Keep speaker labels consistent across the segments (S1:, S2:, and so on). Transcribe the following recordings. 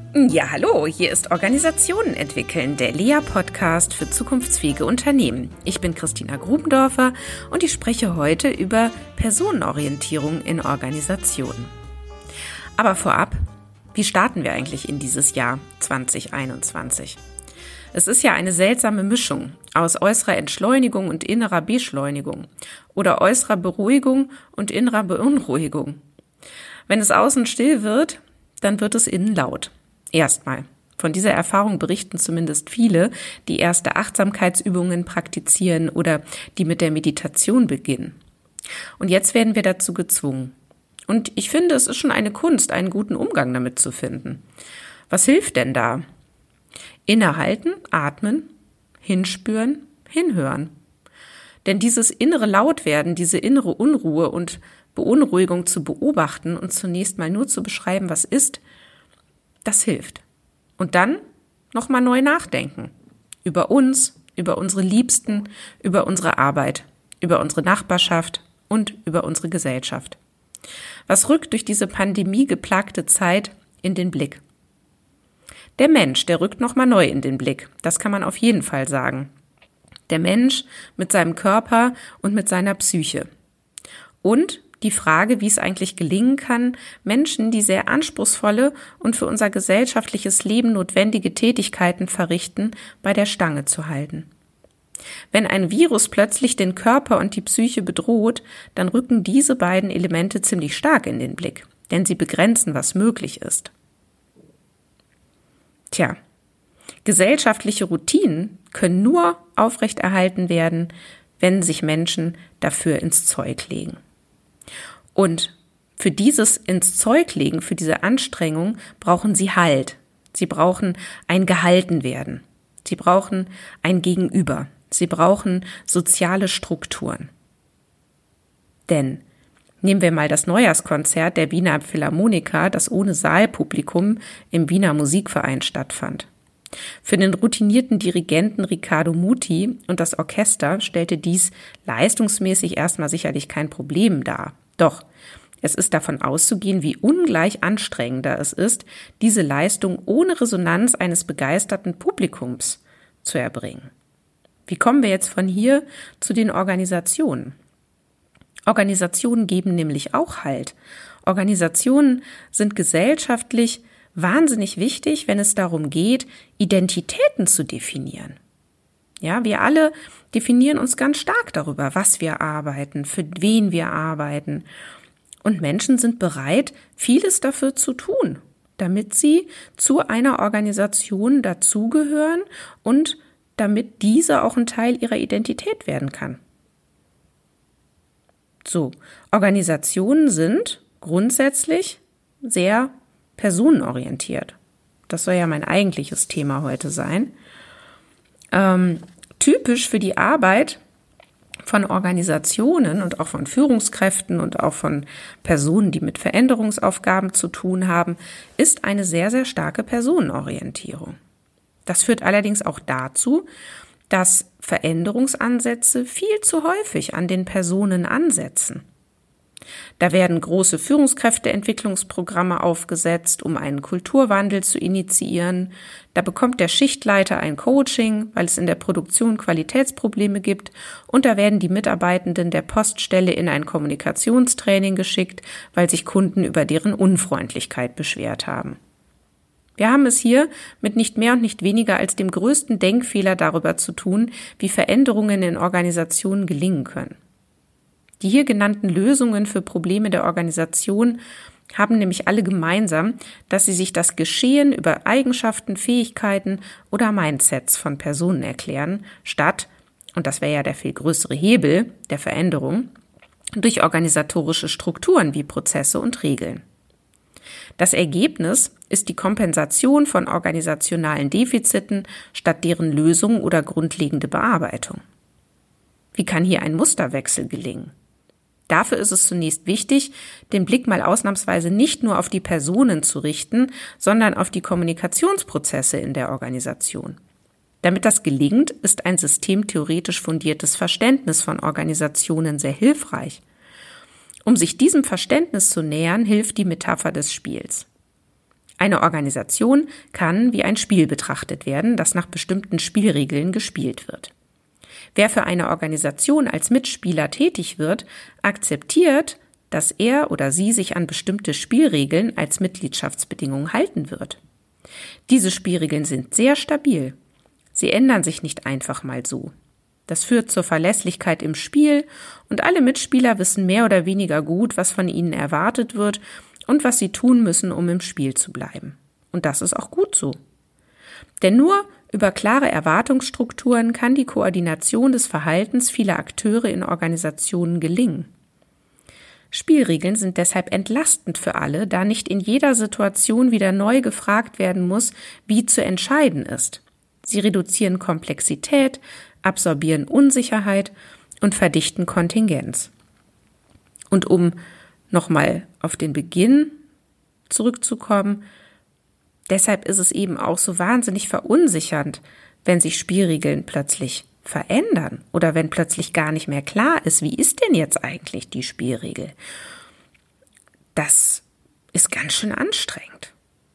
S1: Ja, hallo, hier ist Organisationen entwickeln, der Lea-Podcast für zukunftsfähige Unternehmen. Ich bin Christina Grubendorfer und ich spreche heute über Personenorientierung in Organisationen. Aber vorab, wie starten wir eigentlich in dieses Jahr 2021? Es ist ja eine seltsame Mischung aus äußerer Entschleunigung und innerer Beschleunigung oder äußerer Beruhigung und innerer Beunruhigung. Wenn es außen still wird, dann wird es innen laut. Erstmal. Von dieser Erfahrung berichten zumindest viele, die erste Achtsamkeitsübungen praktizieren oder die mit der Meditation beginnen. Und jetzt werden wir dazu gezwungen. Und ich finde, es ist schon eine Kunst, einen guten Umgang damit zu finden. Was hilft denn da? Innehalten, atmen, hinspüren, hinhören. Denn dieses innere Lautwerden, diese innere Unruhe und Beunruhigung zu beobachten und zunächst mal nur zu beschreiben, was ist, das hilft. Und dann nochmal neu nachdenken. Über uns, über unsere Liebsten, über unsere Arbeit, über unsere Nachbarschaft und über unsere Gesellschaft. Was rückt durch diese pandemiegeplagte Zeit in den Blick? Der Mensch, der rückt nochmal neu in den Blick. Das kann man auf jeden Fall sagen. Der Mensch mit seinem Körper und mit seiner Psyche. Und die Frage, wie es eigentlich gelingen kann, Menschen, die sehr anspruchsvolle und für unser gesellschaftliches Leben notwendige Tätigkeiten verrichten, bei der Stange zu halten. Wenn ein Virus plötzlich den Körper und die Psyche bedroht, dann rücken diese beiden Elemente ziemlich stark in den Blick, denn sie begrenzen, was möglich ist. Tja, gesellschaftliche Routinen können nur aufrechterhalten werden, wenn sich Menschen dafür ins Zeug legen. Und für dieses ins Zeug legen, für diese Anstrengung, brauchen sie Halt. Sie brauchen ein Gehaltenwerden. Sie brauchen ein Gegenüber. Sie brauchen soziale Strukturen. Denn nehmen wir mal das Neujahrskonzert der Wiener Philharmoniker, das ohne Saalpublikum im Wiener Musikverein stattfand. Für den routinierten Dirigenten Riccardo Muti und das Orchester stellte dies leistungsmäßig erstmal sicherlich kein Problem dar. Doch es ist davon auszugehen, wie ungleich anstrengender es ist, diese Leistung ohne Resonanz eines begeisterten Publikums zu erbringen. Wie kommen wir jetzt von hier zu den Organisationen? Organisationen geben nämlich auch Halt. Organisationen sind gesellschaftlich wahnsinnig wichtig, wenn es darum geht, Identitäten zu definieren. Ja, wir alle definieren uns ganz stark darüber, was wir arbeiten, für wen wir arbeiten. Und Menschen sind bereit, vieles dafür zu tun, damit sie zu einer Organisation dazugehören und damit diese auch ein Teil ihrer Identität werden kann. So, Organisationen sind grundsätzlich sehr personenorientiert. Das soll ja mein eigentliches Thema heute sein. Typisch für die Arbeit von Organisationen und auch von Führungskräften und auch von Personen, die mit Veränderungsaufgaben zu tun haben, ist eine sehr, sehr starke Personenorientierung. Das führt allerdings auch dazu, dass Veränderungsansätze viel zu häufig an den Personen ansetzen. Da werden große Führungskräfteentwicklungsprogramme aufgesetzt, um einen Kulturwandel zu initiieren. Da bekommt der Schichtleiter ein Coaching, weil es in der Produktion Qualitätsprobleme gibt. Und da werden die Mitarbeitenden der Poststelle in ein Kommunikationstraining geschickt, weil sich Kunden über deren Unfreundlichkeit beschwert haben. Wir haben es hier mit nicht mehr und nicht weniger als dem größten Denkfehler darüber zu tun, wie Veränderungen in Organisationen gelingen können. Die hier genannten Lösungen für Probleme der Organisation haben nämlich alle gemeinsam, dass sie sich das Geschehen über Eigenschaften, Fähigkeiten oder Mindsets von Personen erklären, statt, und das wäre ja der viel größere Hebel der Veränderung, durch organisatorische Strukturen wie Prozesse und Regeln. Das Ergebnis ist die Kompensation von organisationalen Defiziten statt deren Lösung oder grundlegende Bearbeitung. Wie kann hier ein Musterwechsel gelingen? Dafür ist es zunächst wichtig, den Blick mal ausnahmsweise nicht nur auf die Personen zu richten, sondern auf die Kommunikationsprozesse in der Organisation. Damit das gelingt, ist ein systemtheoretisch fundiertes Verständnis von Organisationen sehr hilfreich. Um sich diesem Verständnis zu nähern, hilft die Metapher des Spiels. Eine Organisation kann wie ein Spiel betrachtet werden, das nach bestimmten Spielregeln gespielt wird. Wer für eine Organisation als Mitspieler tätig wird, akzeptiert, dass er oder sie sich an bestimmte Spielregeln als Mitgliedschaftsbedingung halten wird. Diese Spielregeln sind sehr stabil. Sie ändern sich nicht einfach mal so. Das führt zur Verlässlichkeit im Spiel und alle Mitspieler wissen mehr oder weniger gut, was von ihnen erwartet wird und was sie tun müssen, um im Spiel zu bleiben. Und das ist auch gut so. Denn nur über klare Erwartungsstrukturen kann die Koordination des Verhaltens vieler Akteure in Organisationen gelingen. Spielregeln sind deshalb entlastend für alle, da nicht in jeder Situation wieder neu gefragt werden muss, wie zu entscheiden ist. Sie reduzieren Komplexität, absorbieren Unsicherheit und verdichten Kontingenz. Und um nochmal auf den Beginn zurückzukommen, deshalb ist es eben auch so wahnsinnig verunsichernd, wenn sich Spielregeln plötzlich verändern oder wenn plötzlich gar nicht mehr klar ist, wie ist denn jetzt eigentlich die Spielregel? Das ist ganz schön anstrengend.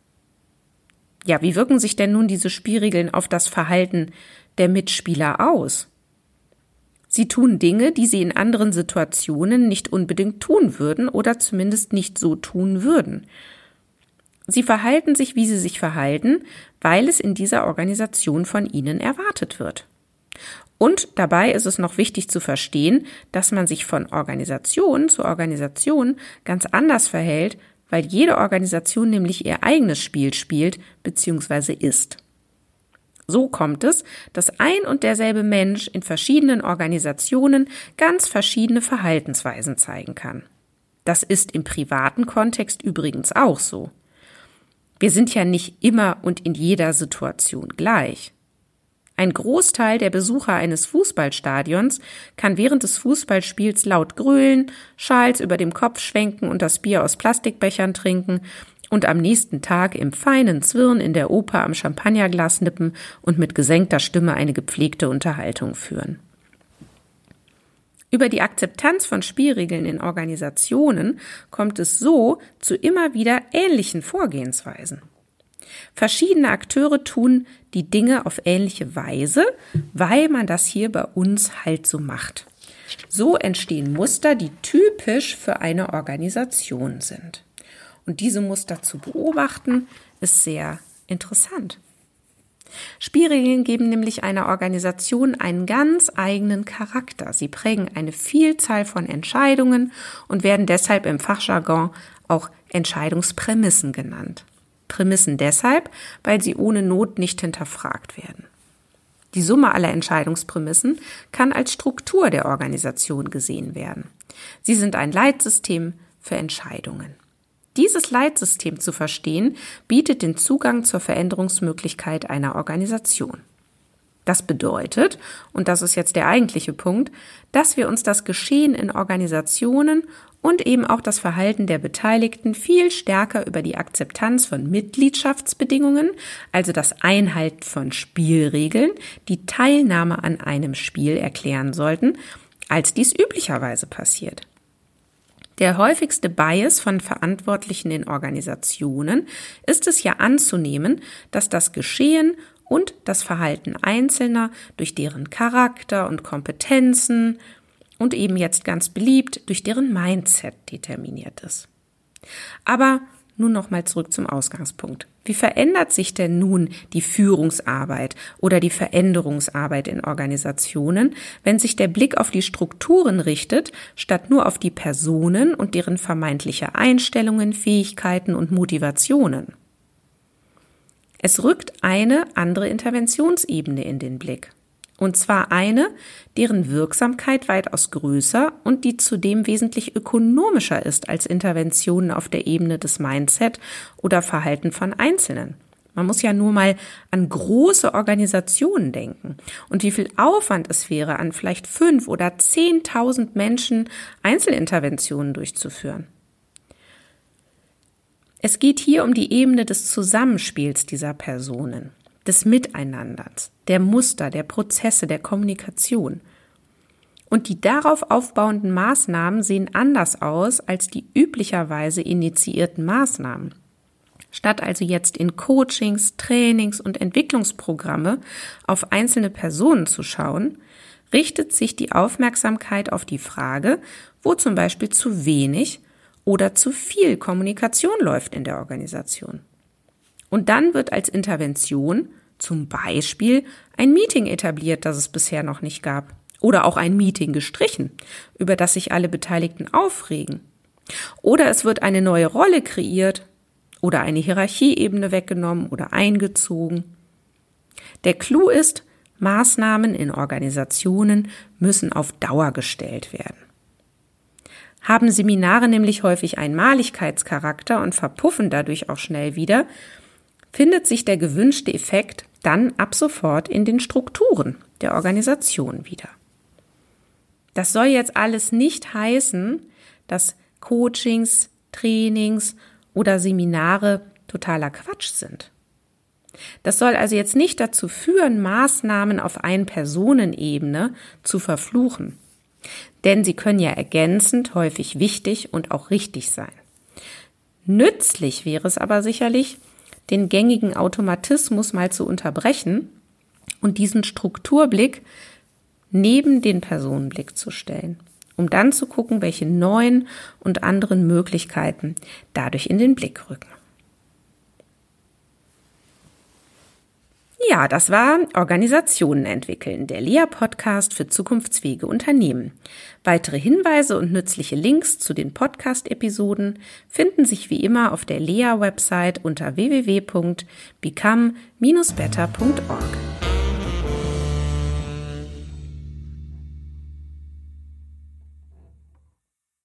S1: Ja, wie wirken sich denn nun diese Spielregeln auf das Verhalten der Mitspieler aus? Sie tun Dinge, die sie in anderen Situationen nicht unbedingt tun würden oder zumindest nicht so tun würden. Sie verhalten sich, wie sie sich verhalten, weil es in dieser Organisation von ihnen erwartet wird. Und dabei ist es noch wichtig zu verstehen, dass man sich von Organisation zu Organisation ganz anders verhält, weil jede Organisation nämlich ihr eigenes Spiel spielt bzw. ist. So kommt es, dass ein und derselbe Mensch in verschiedenen Organisationen ganz verschiedene Verhaltensweisen zeigen kann. Das ist im privaten Kontext übrigens auch so. Wir sind ja nicht immer und in jeder Situation gleich. Ein Großteil der Besucher eines Fußballstadions kann während des Fußballspiels laut grölen, Schals über dem Kopf schwenken und das Bier aus Plastikbechern trinken und am nächsten Tag im feinen Zwirn in der Oper am Champagnerglas nippen und mit gesenkter Stimme eine gepflegte Unterhaltung führen. Über die Akzeptanz von Spielregeln in Organisationen kommt es so zu immer wieder ähnlichen Vorgehensweisen. Verschiedene Akteure tun die Dinge auf ähnliche Weise, weil man das hier bei uns halt so macht. So entstehen Muster, die typisch für eine Organisation sind. Und diese Muster zu beobachten, ist sehr interessant. Spielregeln geben nämlich einer Organisation einen ganz eigenen Charakter. Sie prägen eine Vielzahl von Entscheidungen und werden deshalb im Fachjargon auch Entscheidungsprämissen genannt. Prämissen deshalb, weil sie ohne Not nicht hinterfragt werden. Die Summe aller Entscheidungsprämissen kann als Struktur der Organisation gesehen werden. Sie sind ein Leitsystem für Entscheidungen. Dieses Leitsystem zu verstehen, bietet den Zugang zur Veränderungsmöglichkeit einer Organisation. Das bedeutet, und das ist jetzt der eigentliche Punkt, dass wir uns das Geschehen in Organisationen und eben auch das Verhalten der Beteiligten viel stärker über die Akzeptanz von Mitgliedschaftsbedingungen, also das Einhalten von Spielregeln, die Teilnahme an einem Spiel erklären sollten, als dies üblicherweise passiert. Der häufigste Bias von Verantwortlichen in Organisationen ist es ja anzunehmen, dass das Geschehen und das Verhalten Einzelner durch deren Charakter und Kompetenzen und eben jetzt ganz beliebt durch deren Mindset determiniert ist. Aber nun nochmal zurück zum Ausgangspunkt. Wie verändert sich denn nun die Führungsarbeit oder die Veränderungsarbeit in Organisationen, wenn sich der Blick auf die Strukturen richtet, statt nur auf die Personen und deren vermeintliche Einstellungen, Fähigkeiten und Motivationen? Es rückt eine andere Interventionsebene in den Blick. Und zwar eine, deren Wirksamkeit weitaus größer und die zudem wesentlich ökonomischer ist als Interventionen auf der Ebene des Mindset oder Verhalten von Einzelnen. Man muss ja nur mal an große Organisationen denken und wie viel Aufwand es wäre, an vielleicht 5.000 oder 10.000 Menschen Einzelinterventionen durchzuführen. Es geht hier um die Ebene des Zusammenspiels dieser Personen, des Miteinanders, der Muster, der Prozesse, der Kommunikation. Und die darauf aufbauenden Maßnahmen sehen anders aus als die üblicherweise initiierten Maßnahmen. Statt also jetzt in Coachings, Trainings und Entwicklungsprogramme auf einzelne Personen zu schauen, richtet sich die Aufmerksamkeit auf die Frage, wo zum Beispiel zu wenig oder zu viel Kommunikation läuft in der Organisation. Und dann wird als Intervention zum Beispiel ein Meeting etabliert, das es bisher noch nicht gab. Oder auch ein Meeting gestrichen, über das sich alle Beteiligten aufregen. Oder es wird eine neue Rolle kreiert oder eine Hierarchieebene weggenommen oder eingezogen. Der Clou ist, Maßnahmen in Organisationen müssen auf Dauer gestellt werden. Haben Seminare nämlich häufig Einmaligkeitscharakter und verpuffen dadurch auch schnell wieder, findet sich der gewünschte Effekt dann ab sofort in den Strukturen der Organisation wieder. Das soll jetzt alles nicht heißen, dass Coachings, Trainings oder Seminare totaler Quatsch sind. Das soll also jetzt nicht dazu führen, Maßnahmen auf Ein-Personen-Ebene zu verfluchen. Denn sie können ja ergänzend häufig wichtig und auch richtig sein. Nützlich wäre es aber sicherlich, den gängigen Automatismus mal zu unterbrechen und diesen Strukturblick neben den Personenblick zu stellen, um dann zu gucken, welche neuen und anderen Möglichkeiten dadurch in den Blick rücken. Ja, das war Organisationen entwickeln, der Lea-Podcast für zukunftsfähige Unternehmen. Weitere Hinweise und nützliche Links zu den Podcast-Episoden finden sich wie immer auf der Lea-Website unter www.become-better.org.